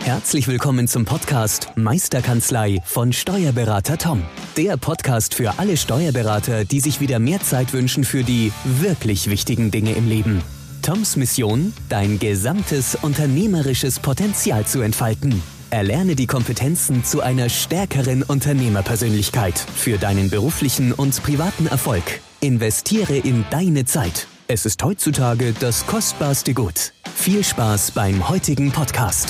Herzlich willkommen zum Podcast Meisterkanzlei von Steuerberater Tom. Der Podcast für alle Steuerberater, die sich wieder mehr Zeit wünschen für die wirklich wichtigen Dinge im Leben. Toms Mission, dein gesamtes unternehmerisches Potenzial zu entfalten. Erlerne die Kompetenzen zu einer stärkeren Unternehmerpersönlichkeit für deinen beruflichen und privaten Erfolg. Investiere in deine Zeit. Es ist heutzutage das kostbarste Gut. Viel Spaß beim heutigen Podcast.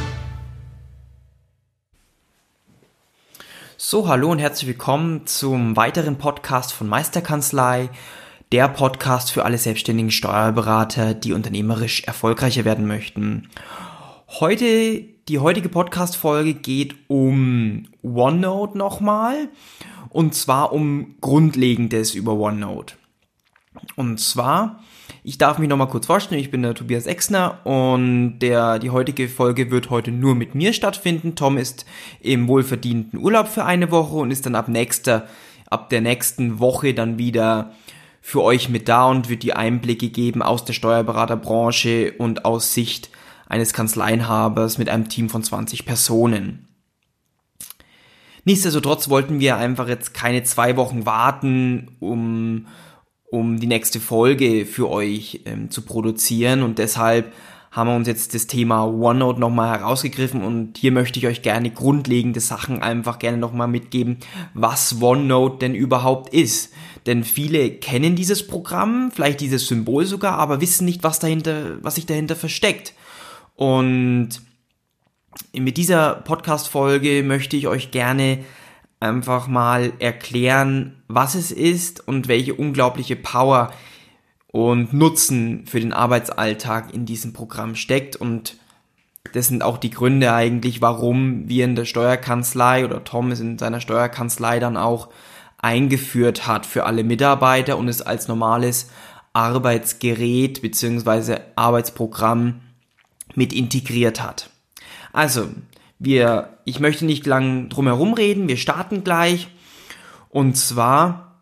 So, hallo und herzlich willkommen zum weiteren Podcast von Meisterkanzlei, der Podcast für alle selbstständigen Steuerberater, die unternehmerisch erfolgreicher werden möchten. Die heutige Podcast-Folge geht um OneNote nochmal, und zwar um Grundlegendes über OneNote. Und zwar, ich darf mich nochmal kurz vorstellen, ich bin der Tobias Exner und die heutige Folge wird heute nur mit mir stattfinden. Tom ist im wohlverdienten Urlaub für eine Woche und ist dann ab der nächsten Woche dann wieder für euch mit da und wird die Einblicke geben aus der Steuerberaterbranche und aus Sicht eines Kanzleienhabers mit einem Team von 20 Personen. Nichtsdestotrotz wollten wir einfach jetzt keine 2 Wochen warten, um die nächste Folge für euch zu produzieren, und deshalb haben wir uns jetzt das Thema OneNote nochmal herausgegriffen, und hier möchte ich euch gerne grundlegende Sachen einfach gerne nochmal mitgeben, was OneNote denn überhaupt ist. Denn viele kennen dieses Programm, vielleicht dieses Symbol sogar, aber wissen nicht, was sich dahinter versteckt. Und mit dieser Podcast-Folge möchte ich euch gerne einfach mal erklären, was es ist und welche unglaubliche Power und Nutzen für den Arbeitsalltag in diesem Programm steckt. Und das sind auch die Gründe eigentlich, warum wir in der Steuerkanzlei oder Tom es in seiner Steuerkanzlei dann auch eingeführt hat für alle Mitarbeiter und es als normales Arbeitsgerät bzw. Arbeitsprogramm mit integriert hat. Also, ich möchte nicht lang drum herum reden, wir starten gleich. Und zwar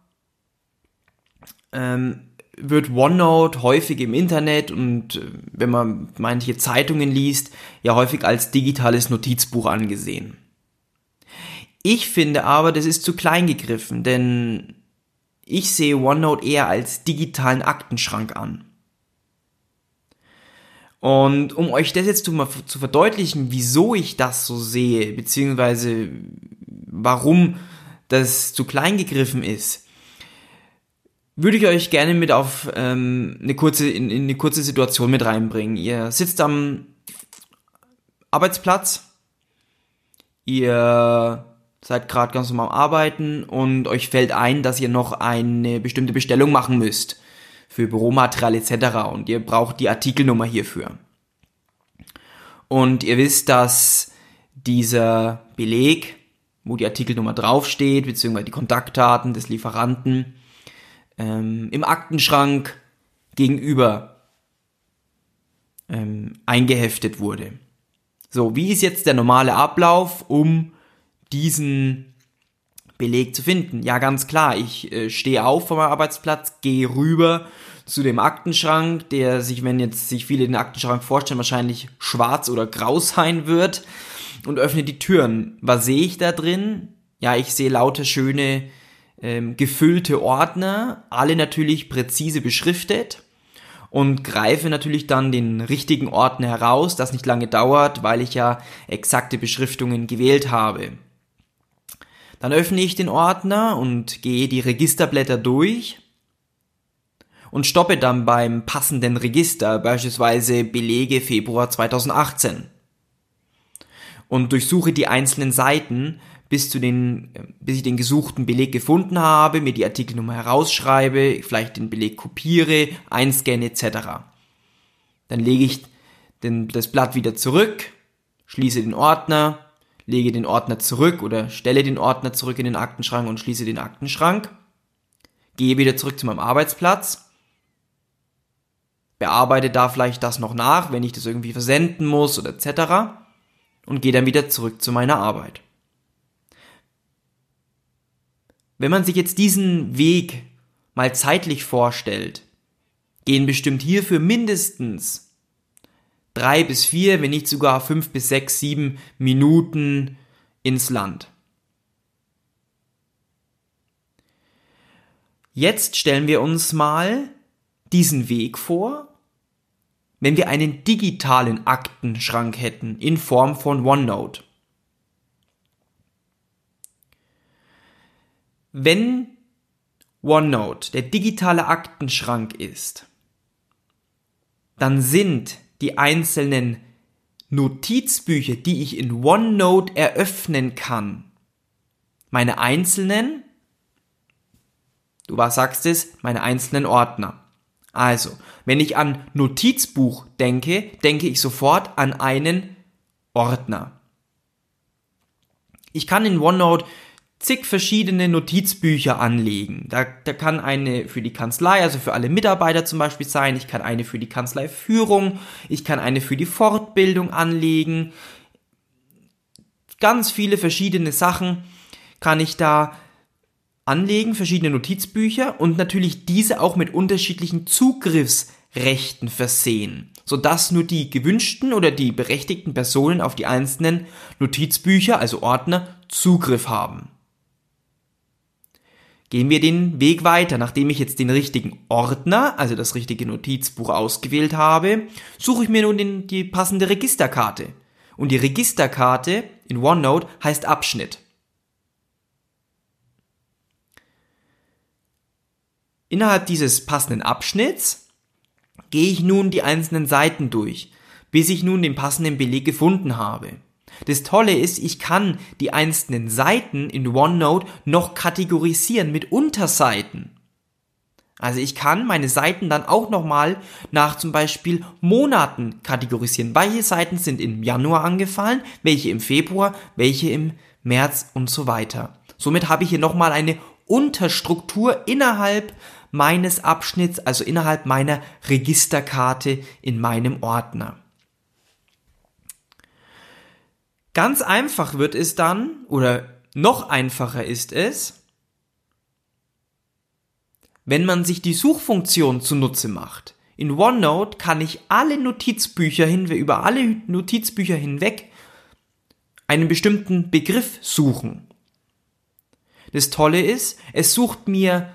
wird OneNote häufig im Internet und wenn man manche Zeitungen liest, ja häufig als digitales Notizbuch angesehen. Ich finde aber, das ist zu klein gegriffen, denn ich sehe OneNote eher als digitalen Aktenschrank an. Und um euch das jetzt zu verdeutlichen, wieso ich das so sehe, beziehungsweise warum das zu klein gegriffen ist, würde ich euch gerne mit auf in eine kurze Situation mit reinbringen. Ihr sitzt am Arbeitsplatz, ihr seid gerade ganz normal am Arbeiten und euch fällt ein, dass ihr noch eine bestimmte Bestellung machen müsst für Büromaterial etc. und ihr braucht die Artikelnummer hierfür. Und ihr wisst, dass dieser Beleg, wo die Artikelnummer draufsteht, beziehungsweise die Kontaktdaten des Lieferanten, im Aktenschrank gegenüber eingeheftet wurde. So, wie ist jetzt der normale Ablauf, um diesen Beleg zu finden? Ja, ganz klar, ich stehe auf von meinem Arbeitsplatz, gehe rüber zu dem Aktenschrank, der sich, wenn jetzt sich viele den Aktenschrank vorstellen, wahrscheinlich schwarz oder grau sein wird, und öffne die Türen. Was sehe ich da drin? Ja, ich sehe lauter schöne gefüllte Ordner, alle natürlich präzise beschriftet, und greife natürlich dann den richtigen Ordner heraus, das nicht lange dauert, weil ich ja exakte Beschriftungen gewählt habe. Dann öffne ich den Ordner und gehe die Registerblätter durch und stoppe dann beim passenden Register, beispielsweise Belege Februar 2018. Und durchsuche die einzelnen Seiten, bis ich den gesuchten Beleg gefunden habe, mir die Artikelnummer herausschreibe, vielleicht den Beleg kopiere, einscanne etc. Dann lege ich das Blatt wieder zurück, schließe den Ordner, lege den Ordner zurück oder stelle den Ordner zurück in den Aktenschrank und schließe den Aktenschrank, gehe wieder zurück zu meinem Arbeitsplatz, bearbeite da vielleicht das noch nach, wenn ich das irgendwie versenden muss oder etc. und gehe dann wieder zurück zu meiner Arbeit. Wenn man sich jetzt diesen Weg mal zeitlich vorstellt, gehen bestimmt hierfür mindestens 3 bis 4, wenn nicht sogar 5 bis 6, 7 Minuten ins Land. Jetzt stellen wir uns mal diesen Weg vor, wenn wir einen digitalen Aktenschrank hätten in Form von OneNote. Wenn OneNote der digitale Aktenschrank ist, dann sind die einzelnen Notizbücher, die ich in OneNote eröffnen kann, meine einzelnen, du sagst es, meine einzelnen Ordner. Also, wenn ich an Notizbuch denke, denke ich sofort an einen Ordner. Ich kann in OneNote zig verschiedene Notizbücher anlegen. Da kann eine für die Kanzlei, also für alle Mitarbeiter zum Beispiel sein. Ich kann eine für die Kanzleiführung. Ich kann eine für die Fortbildung anlegen. Ganz viele verschiedene Sachen kann ich da anlegen, verschiedene Notizbücher und natürlich diese auch mit unterschiedlichen Zugriffsrechten versehen, sodass nur die gewünschten oder die berechtigten Personen auf die einzelnen Notizbücher, also Ordner, Zugriff haben. Gehen wir den Weg weiter. Nachdem ich jetzt den richtigen Ordner, also das richtige Notizbuch ausgewählt habe, suche ich mir nun die passende Registerkarte. Und die Registerkarte in OneNote heißt Abschnitt. Innerhalb dieses passenden Abschnitts gehe ich nun die einzelnen Seiten durch, bis ich nun den passenden Beleg gefunden habe. Das Tolle ist, ich kann die einzelnen Seiten in OneNote noch kategorisieren mit Unterseiten. Also ich kann meine Seiten dann auch nochmal nach zum Beispiel Monaten kategorisieren. Welche Seiten sind im Januar angefallen, welche im Februar, welche im März und so weiter. Somit habe ich hier nochmal eine Unterstruktur innerhalb meines Abschnitts, also innerhalb meiner Registerkarte in meinem Ordner. Ganz einfach wird es dann, oder noch einfacher ist es, wenn man sich die Suchfunktion zunutze macht. In OneNote kann ich über alle Notizbücher hinweg einen bestimmten Begriff suchen. Das Tolle ist, es sucht mir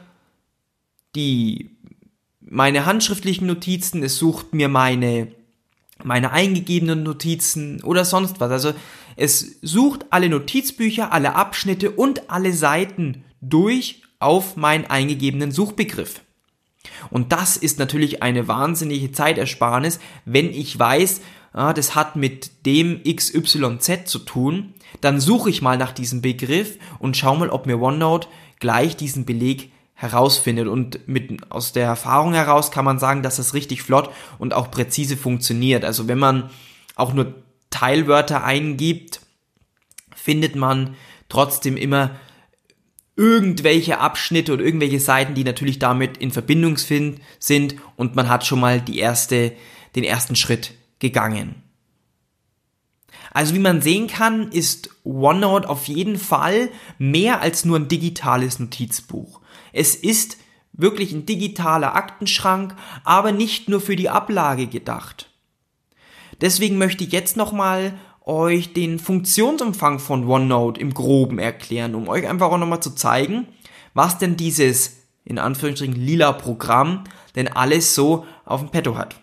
meine handschriftlichen Notizen, es sucht mir meine eingegebenen Notizen oder sonst was. Also es sucht alle Notizbücher, alle Abschnitte und alle Seiten durch auf meinen eingegebenen Suchbegriff. Und das ist natürlich eine wahnsinnige Zeitersparnis, wenn ich weiß, das hat mit dem XYZ zu tun, dann suche ich mal nach diesem Begriff und schaue mal, ob mir OneNote gleich diesen Beleg herausfindet. Und aus der Erfahrung heraus kann man sagen, dass das richtig flott und auch präzise funktioniert. Also wenn man auch nur Teilwörter eingibt, findet man trotzdem immer irgendwelche Abschnitte oder irgendwelche Seiten, die natürlich damit in Verbindung sind und man hat schon mal den ersten Schritt gegangen. Also wie man sehen kann, ist OneNote auf jeden Fall mehr als nur ein digitales Notizbuch. Es ist wirklich ein digitaler Aktenschrank, aber nicht nur für die Ablage gedacht. Deswegen möchte ich jetzt nochmal euch den Funktionsumfang von OneNote im Groben erklären, um euch einfach auch nochmal zu zeigen, was denn dieses, in Anführungsstrichen, lila Programm denn alles so auf dem Petto hat.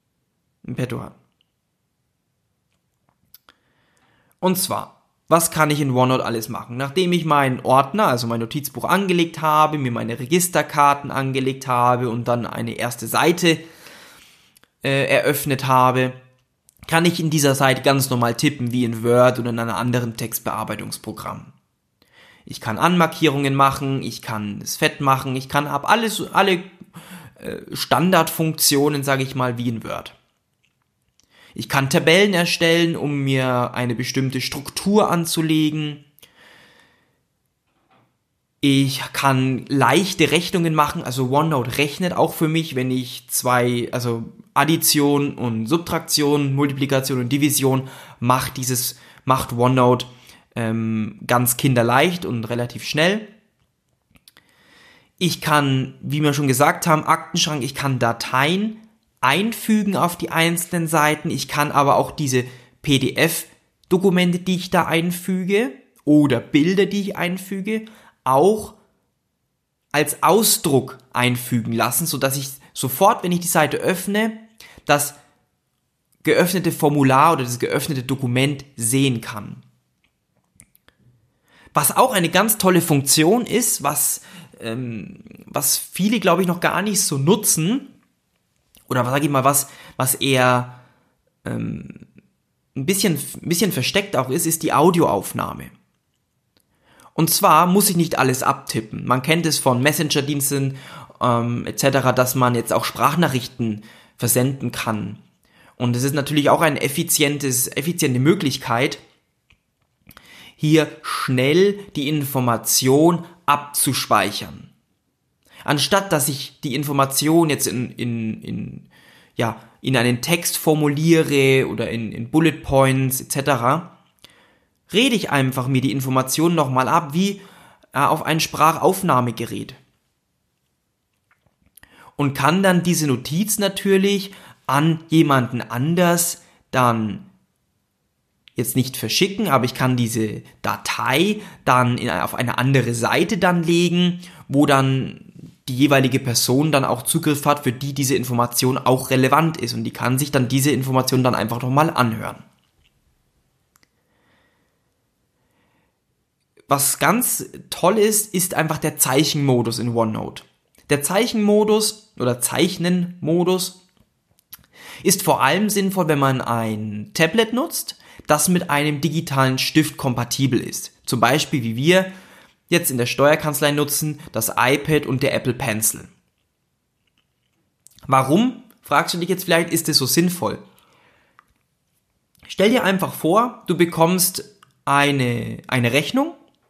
Und zwar, was kann ich in OneNote alles machen? Nachdem ich meinen Ordner, also mein Notizbuch angelegt habe, mir meine Registerkarten angelegt habe und dann eine erste Seite eröffnet habe, kann ich in dieser Seite ganz normal tippen, wie in Word oder in einem anderen Textbearbeitungsprogramm. Ich kann Anmarkierungen machen, ich kann es fett machen, ich kann alle Standardfunktionen, sage ich mal, wie in Word. Ich kann Tabellen erstellen, um mir eine bestimmte Struktur anzulegen. Ich kann leichte Rechnungen machen, also OneNote rechnet auch für mich, wenn ich Addition und Subtraktion, Multiplikation und Division macht OneNote ganz kinderleicht und relativ schnell. Ich kann, wie wir schon gesagt haben, Aktenschrank, ich kann Dateien einfügen auf die einzelnen Seiten. Ich kann aber auch diese PDF-Dokumente, die ich da einfüge, oder Bilder, die ich einfüge, auch als Ausdruck einfügen lassen, sodass ich sofort, wenn ich die Seite öffne, das geöffnete Formular oder das geöffnete Dokument sehen kann. Was auch eine ganz tolle Funktion ist, was viele, glaube ich, noch gar nicht so nutzen, oder sage ich mal, was eher ein bisschen versteckt auch ist die Audioaufnahme. Und zwar muss ich nicht alles abtippen. Man kennt es von Messenger-Diensten etc., dass man jetzt auch Sprachnachrichten versenden kann. Und es ist natürlich auch eine effiziente Möglichkeit, hier schnell die Information abzuspeichern. Anstatt dass ich die Information jetzt in einen Text formuliere oder in Bullet Points etc., rede ich einfach mir die Informationen nochmal ab, wie auf ein Sprachaufnahmegerät. Und kann dann diese Notiz natürlich an jemanden anders dann jetzt nicht verschicken, aber ich kann diese Datei dann auf eine andere Seite dann legen, wo dann die jeweilige Person dann auch Zugriff hat, für die diese Information auch relevant ist, und die kann sich dann diese Information dann einfach nochmal anhören. Was ganz toll ist einfach der Zeichenmodus in OneNote. Der Zeichenmodus oder Zeichnenmodus ist vor allem sinnvoll, wenn man ein Tablet nutzt, das mit einem digitalen Stift kompatibel ist. Zum Beispiel, wie wir jetzt in der Steuerkanzlei nutzen, das iPad und der Apple Pencil. Warum, fragst du dich jetzt vielleicht, ist es so sinnvoll? Stell dir einfach vor, du bekommst eine Rechnung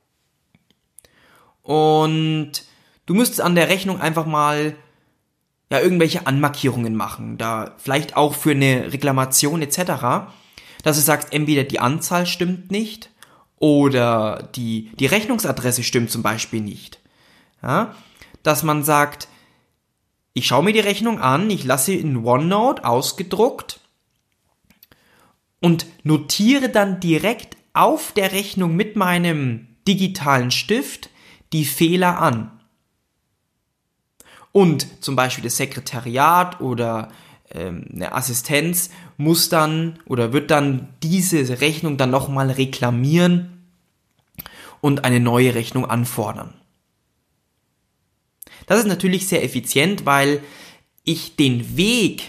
und du müsstest an der Rechnung einfach mal irgendwelche Anmarkierungen machen, da vielleicht auch für eine Reklamation etc., dass du sagst, entweder die Anzahl stimmt nicht oder die Rechnungsadresse stimmt zum Beispiel nicht. Ja? Dass man sagt, ich schaue mir die Rechnung an, ich lasse sie in OneNote ausgedruckt und notiere dann direkt auf der Rechnung mit meinem digitalen Stift die Fehler an. Und zum Beispiel das Sekretariat oder eine Assistenz muss dann oder wird dann diese Rechnung dann nochmal reklamieren und eine neue Rechnung anfordern. Das ist natürlich sehr effizient, weil ich den Weg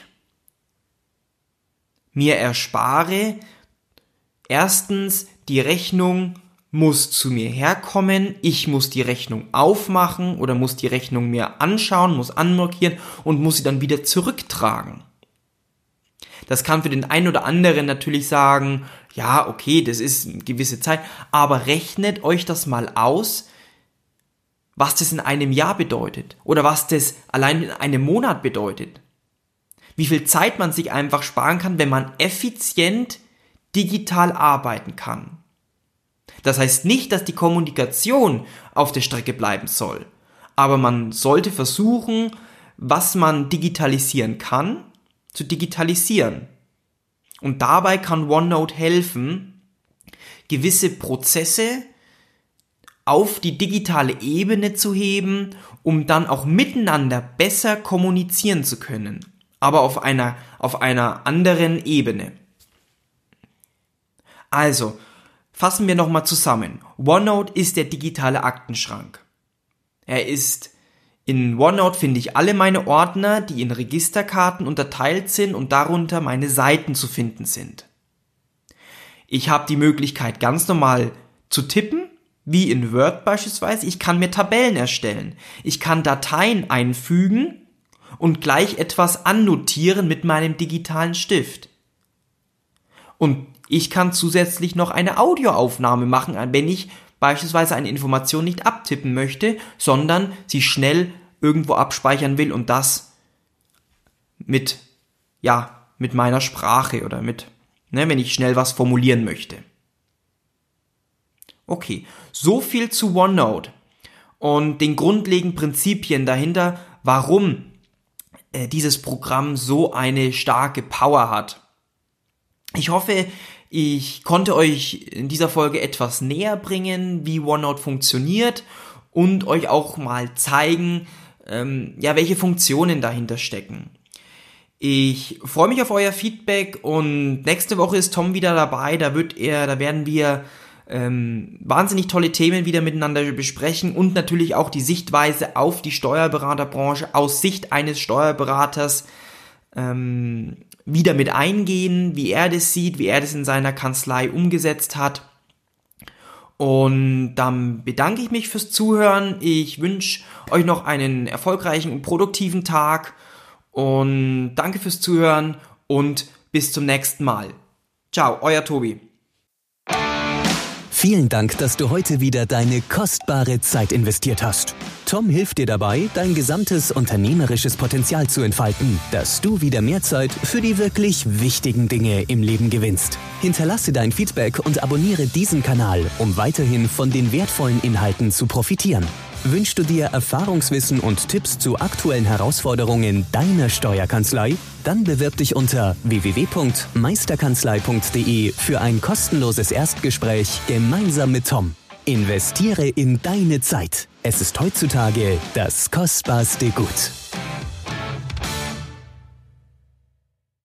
mir erspare. Erstens, die Rechnung muss zu mir herkommen, ich muss die Rechnung aufmachen oder muss die Rechnung mir anschauen, muss anmarkieren und muss sie dann wieder zurücktragen. Das kann für den einen oder anderen natürlich sagen, ja, okay, das ist eine gewisse Zeit, aber rechnet euch das mal aus, was das in einem Jahr bedeutet oder was das allein in einem Monat bedeutet. Wie viel Zeit man sich einfach sparen kann, wenn man effizient digital arbeiten kann. Das heißt nicht, dass die Kommunikation auf der Strecke bleiben soll, aber man sollte versuchen, was man digitalisieren kann, zu digitalisieren. Und dabei kann OneNote helfen, gewisse Prozesse auf die digitale Ebene zu heben, um dann auch miteinander besser kommunizieren zu können, aber auf einer anderen Ebene. Also, fassen wir nochmal zusammen. OneNote ist der digitale Aktenschrank. In OneNote finde ich alle meine Ordner, die in Registerkarten unterteilt sind und darunter meine Seiten zu finden sind. Ich habe die Möglichkeit, ganz normal zu tippen, wie in Word beispielsweise. Ich kann mir Tabellen erstellen. Ich kann Dateien einfügen und gleich etwas annotieren mit meinem digitalen Stift. Und ich kann zusätzlich noch eine Audioaufnahme machen, wenn ich beispielsweise eine Information nicht abtippen möchte, sondern sie schnell irgendwo abspeichern will und das mit meiner Sprache oder wenn ich schnell was formulieren möchte. Okay, so viel zu OneNote und den grundlegenden Prinzipien dahinter, warum dieses Programm so eine starke Power hat. Ich hoffe, ich konnte euch in dieser Folge etwas näher bringen, wie OneNote funktioniert und euch auch mal zeigen, welche Funktionen dahinter stecken. Ich freue mich auf euer Feedback und nächste Woche ist Tom wieder dabei, da werden wir wahnsinnig tolle Themen wieder miteinander besprechen und natürlich auch die Sichtweise auf die Steuerberaterbranche aus Sicht eines Steuerberaters wieder mit eingehen, wie er das sieht, wie er das in seiner Kanzlei umgesetzt hat. Und dann bedanke ich mich fürs Zuhören. Ich wünsche euch noch einen erfolgreichen und produktiven Tag und danke fürs Zuhören und bis zum nächsten Mal. Ciao, euer Tobi. Vielen Dank, dass du heute wieder deine kostbare Zeit investiert hast. Tom hilft dir dabei, dein gesamtes unternehmerisches Potenzial zu entfalten, dass du wieder mehr Zeit für die wirklich wichtigen Dinge im Leben gewinnst. Hinterlasse dein Feedback und abonniere diesen Kanal, um weiterhin von den wertvollen Inhalten zu profitieren. Wünschst du dir Erfahrungswissen und Tipps zu aktuellen Herausforderungen deiner Steuerkanzlei? Dann bewirb dich unter www.meisterkanzlei.de für ein kostenloses Erstgespräch gemeinsam mit Tom. Investiere in deine Zeit. Es ist heutzutage das kostbarste Gut.